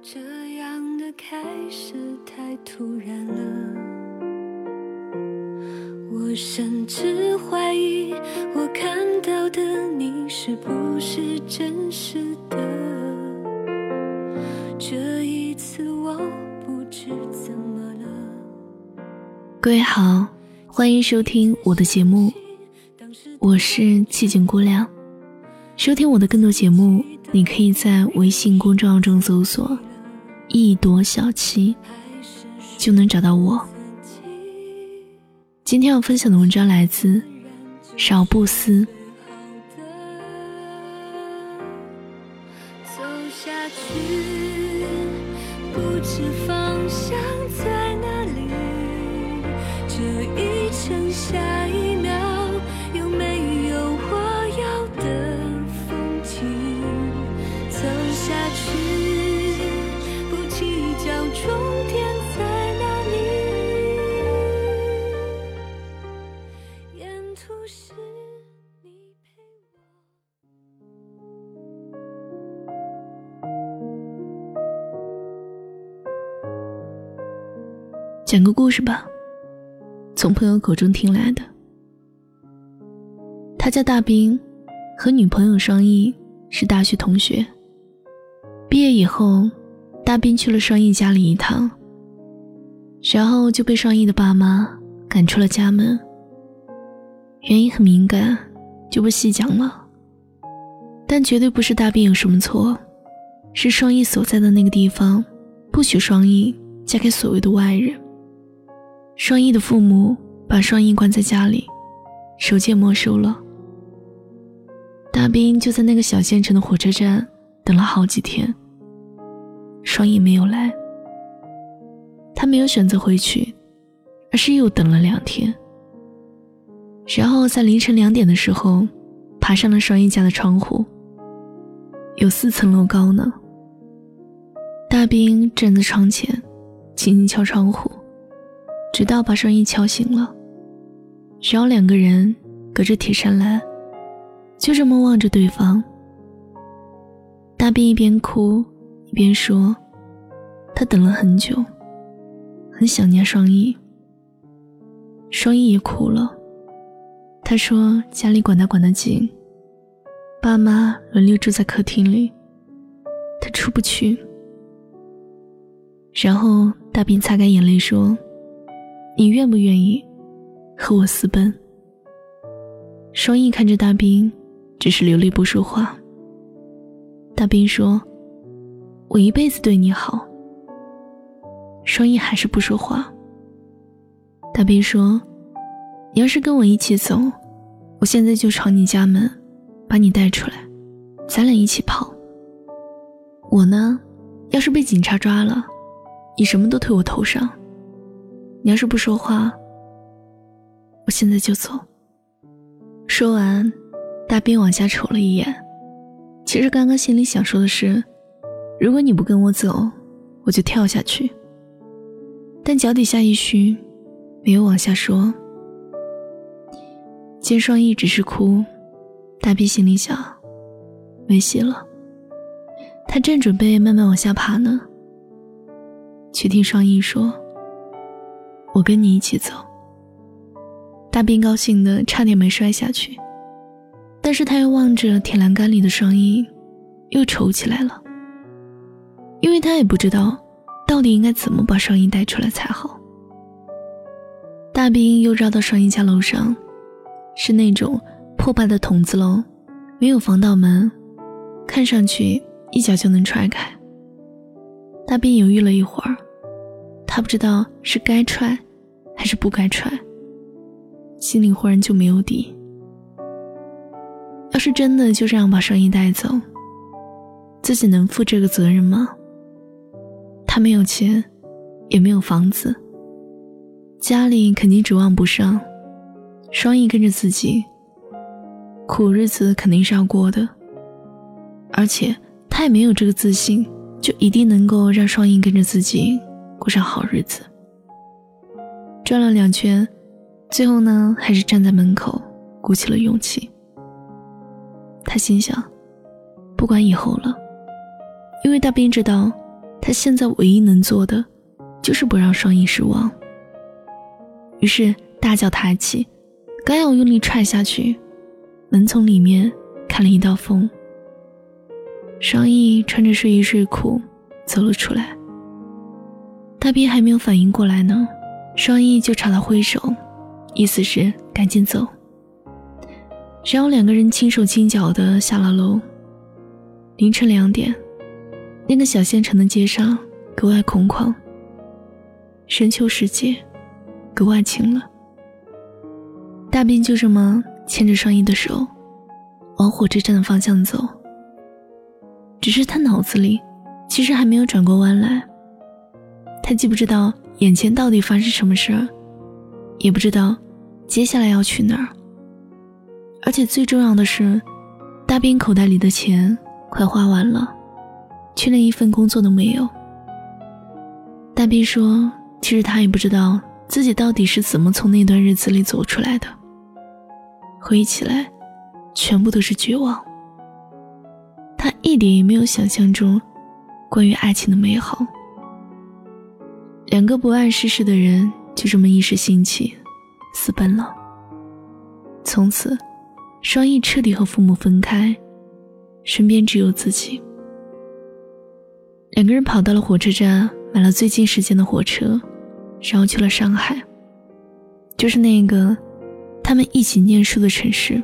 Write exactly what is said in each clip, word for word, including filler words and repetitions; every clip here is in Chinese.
这样的开始太突然了，我甚至怀疑我看到的你是不是真实的。这一次我不知怎么了。 各位好，欢迎收听我的节目，我是寂静姑娘。收听我的更多节目，你可以在微信公众号中搜索一朵小七，就能找到我。今天要分享的文章来自少布斯。 走下去，不知方向在哪里，这一程下一秒有没有我要的风景。走下去，不计较终点在哪里，沿途是你陪我。 讲个故事吧，从朋友口中听来的。他叫大兵，和女朋友双翼是大学同学。毕业以后，大兵去了双翼家里一趟，然后就被双翼的爸妈赶出了家门。原因很敏感，就不细讲了。但绝对不是大兵有什么错，是双翼所在的那个地方不许双翼嫁给所谓的外人。双翼的父母把双翼关在家里，手机也没收了。大兵就在那个小县城的火车站等了好几天，双翼没有来。他没有选择回去，而是又等了两天，然后在凌晨两点的时候爬上了双翼家的窗户，有四层楼高呢。大兵站在窗前轻轻敲窗户，直到把双翼敲醒了，然后两个人隔着铁栅栏就这么望着对方。大兵一边哭一边说，他等了很久，很想念双翼。双翼也哭了，他说家里管他管得紧，爸妈轮流住在客厅里，他出不去。然后大兵擦干眼泪说，你愿不愿意和我私奔？双翼看着大兵，只是流泪不说话。大兵说，我一辈子对你好。双翼还是不说话。大兵说，你要是跟我一起走，我现在就闯你家门，把你带出来，咱俩一起跑。我呢，要是被警察抓了，你什么都推我头上。你要是不说话，我现在就走。说完，大兵往下瞅了一眼，其实刚刚心里想说的是，如果你不跟我走，我就跳下去。但脚底下一虚，没有往下说。见双翼只是哭，大兵心里想，没戏了。他正准备慢慢往下爬呢，却听双翼说，我跟你一起走。大兵高兴得差点没摔下去，但是他又望着铁栏杆里的双翼，又愁起来了，因为他也不知道到底应该怎么把双翼带出来才好。大兵又绕到双翼家楼上，是那种破败的筒子楼，没有防盗门，看上去一脚就能踹开。大兵犹豫了一会儿，他不知道是该踹还是不该踹，心里忽然就没有底。要是真的就这样把双翼带走，自己能负这个责任吗？他没有钱，也没有房子，家里肯定指望不上，双翼跟着自己，苦日子肯定是要过的，而且他也没有这个自信，就一定能够让双翼跟着自己过上好日子。转了两圈，最后呢，还是站在门口鼓起了勇气。他心想，不管以后了，因为大兵知道他现在唯一能做的就是不让双翼失望。于是大脚抬起，刚要用力踹下去，门从里面开了一道缝，双翼穿着睡衣睡裤走了出来。大斌还没有反应过来呢，双翼就朝他挥手，意思是赶紧走。然后两个人轻手轻脚地下了楼。凌晨两点，那个小县城的街上格外空旷，深秋时节格外晴了。大斌就这么牵着双翼的手往火车站的方向走，只是他脑子里其实还没有转过弯来。他既不知道眼前到底发生什么事儿，也不知道接下来要去哪儿，而且最重要的是，大斌口袋里的钱快花完了，却连一份工作都没有。大斌说，其实他也不知道自己到底是怎么从那段日子里走出来的，回忆起来全部都是绝望。他一点也没有想象中关于爱情的美好。两个不谙世事的人就这么一时兴起私奔了。从此双翼彻底和父母分开，身边只有自己。两个人跑到了火车站，买了最近时间的火车，然后去了上海，就是那个他们一起念书的城市。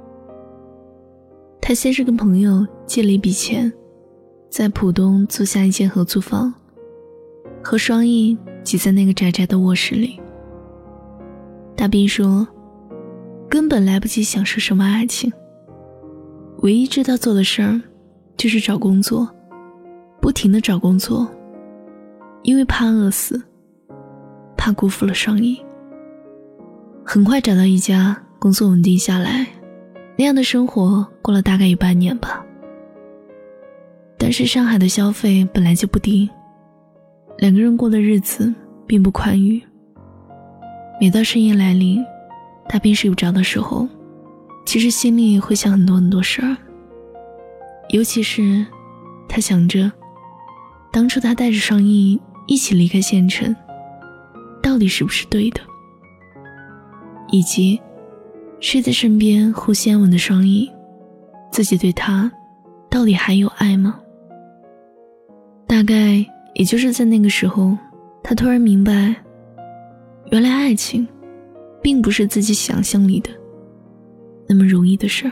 他先是跟朋友借了一笔钱，在浦东租下一间合租房，和双翼挤在那个窄窄的卧室里。大斌说，根本来不及享受什么爱情，唯一知道做的事儿就是找工作，不停地找工作，因为怕饿死，怕辜负了双翼。很快找到一家工作稳定下来，那样的生活过了大概有半年吧。但是上海的消费本来就不低，两个人过的日子并不宽裕。每到深夜来临，大斌睡不着的时候，其实心里会想很多很多事儿。尤其是他想着当初他带着双翼一起离开县城到底是不是对的，以及睡在身边呼吸安稳的双翼，自己对他到底还有爱吗？大概也就是在那个时候，他突然明白，原来爱情并不是自己想象里的那么容易的事儿。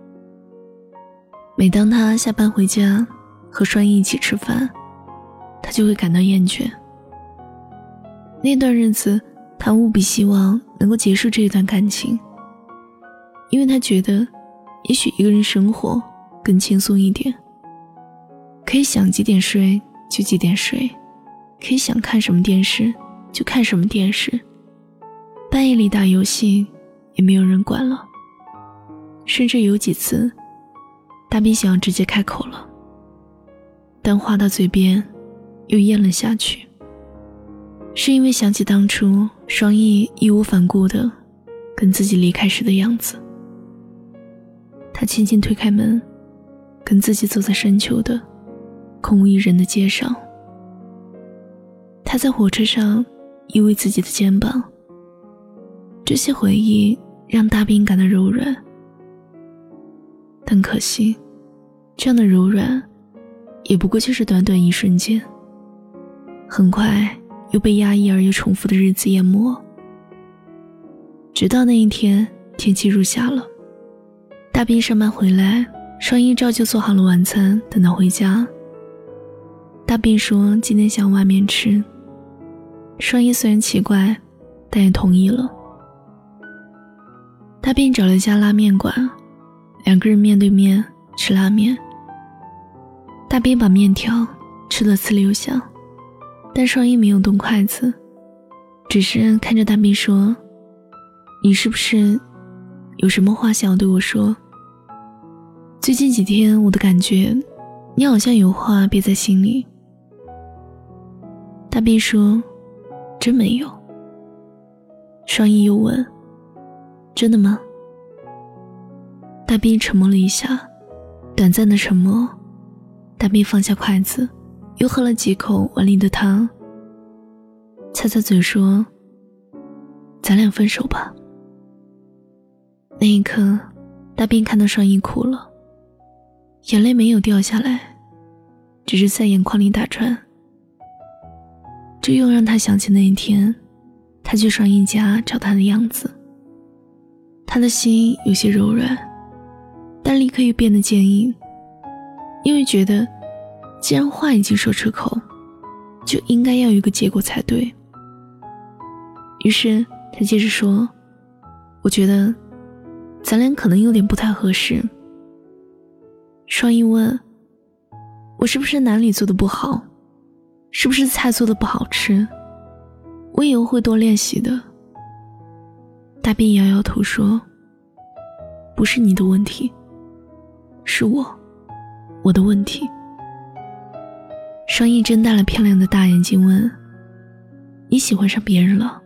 每当他下班回家和双翼一起吃饭，他就会感到厌倦。那段日子他无比希望能够结束这段感情，因为他觉得也许一个人生活更轻松一点，可以想几点睡就几点睡，可以想看什么电视就看什么电视，半夜里打游戏也没有人管了。甚至有几次大斌想要直接开口了，但话到嘴边又咽了下去，是因为想起当初双翼义无反顾地跟自己离开时的样子。他轻轻推开门，跟自己走在深秋的空无一人的街上。他在火车上依偎自己的肩膀，这些回忆让大斌感到柔软。但可惜，这样的柔软也不过就是短短一瞬间，很快又被压抑而又重复的日子淹没。直到那一天天气入夏了，大斌上班回来，双翼照旧做好了晚餐等他回家。大斌说今天想外面吃，双翼虽然奇怪，但也同意了。大斌找了一家拉面馆，两个人面对面吃拉面。大斌把面条吃得呲溜香，但双翼没有动筷子，只是看着大斌说，你是不是有什么话想要对我说？最近几天我的感觉，你好像有话憋在心里。大斌说，真没有。双翼又问，真的吗？大斌沉默了一下，短暂的沉默。大斌放下筷子， 又喝了几口碗里的汤，擦擦嘴说：“咱俩分手吧。”那一刻，大斌看到双翼哭了，眼泪没有掉下来，只是在眼眶里打转。这又让他想起那一天，他去双翼家找他的样子。他的心有些柔软，但立刻又变得坚硬，因为觉得既然话已经说出口，就应该要有一个结果才对。于是他接着说：“我觉得咱俩可能有点不太合适。”双翼问：“我是不是哪里做的不好？是不是菜做的不好吃？我以后会多练习的。”大斌摇摇头说：“不是你的问题，是我，我的问题。”双翼睁大了漂亮的大眼睛问：“你喜欢上别人了？”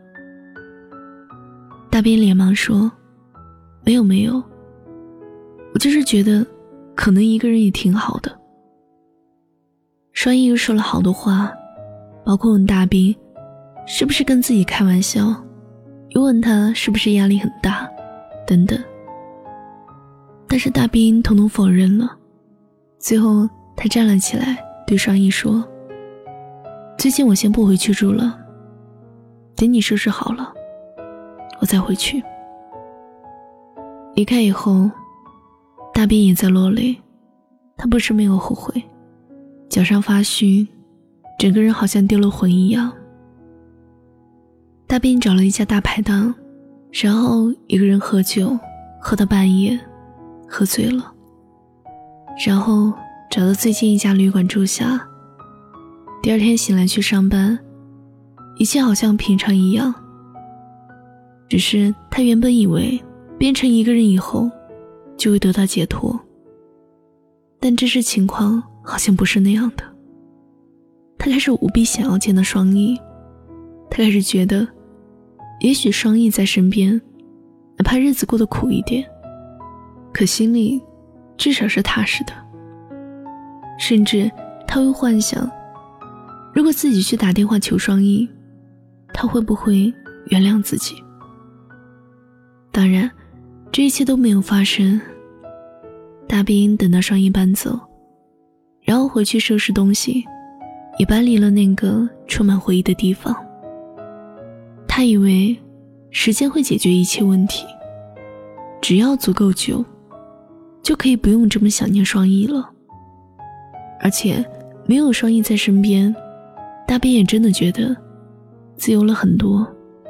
大斌连忙说：“没有没有，我就是觉得可能一个人也挺好的。”双翼又说了好多话，包括问大斌是不是跟自己开玩笑，又问他是不是压力很大等等。但是大斌统统否认了。最后他站了起来，对双翼说：“最近我先不回去住了，等你收拾好了我再回去。”离开以后，大斌也在落泪。他不是没有后悔，脚上发虚，整个人好像丢了魂一样。大斌找了一家大排档，然后一个人喝酒，喝到半夜，喝醉了，然后找到最近一家旅馆住下。第二天醒来去上班，一切好像平常一样。只是他原本以为变成一个人以后就会得到解脱，但这实情况好像不是那样的。他开始无比想要见到双翼，他开始觉得也许双翼在身边，哪怕日子过得苦一点，可心里至少是踏实的。甚至他会幻想，如果自己去打电话求双翼，他会不会原谅自己。当然这一切都没有发生。大斌等到双翼搬走，然后回去收拾东西，也搬离了那个充满回忆的地方。他以为时间会解决一切问题，只要足够久，就可以不用这么想念双翼了。而且没有双翼在身边，大斌也真的觉得自由了很多。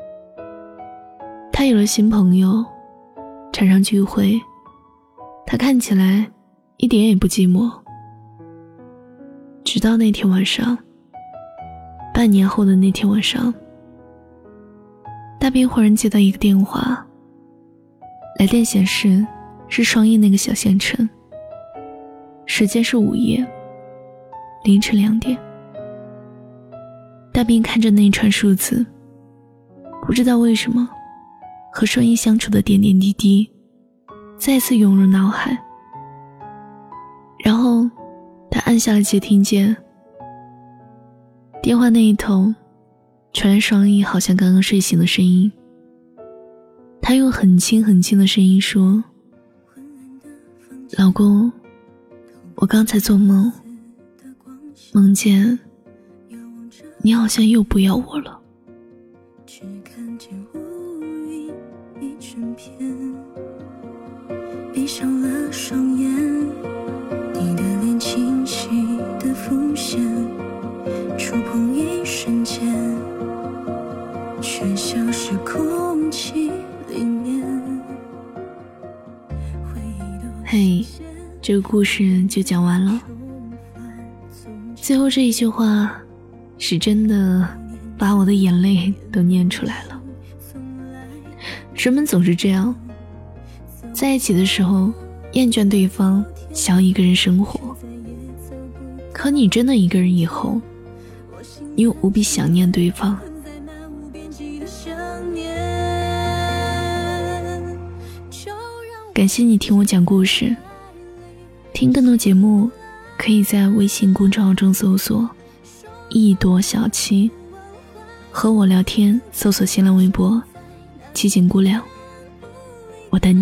他有了新朋友，常常聚会，他看起来一点也不寂寞。直到那天晚上，半年后的那天晚上，大斌忽然接到一个电话，来电显示是双翼那个小县城，时间是午夜，凌晨两点。大斌看着那一串数字，不知道为什么和双翼相处的点点滴滴再次涌入脑海。然后他按下了接听键，电话那一头传来双翼好像刚刚睡醒的声音。他用很轻很轻的声音说：“老公，我刚才做梦，梦见你好像又不要我了。” 只看见乌云一整片，闭上了双眼，你的脸清晰的浮现，触碰一瞬间，却消失空气里面。 嘿，这个故事就讲完了。最后这一句话是真的把我的眼泪都念出来了。人们总是这样，在一起的时候厌倦对方，想要一个人生活，可你真的一个人以后，你又无比想念对方。感谢你听我讲故事，听更多节目可以在微信公众号中搜索一朵小七。和我聊天，搜索新浪微博七景姑娘，我等你。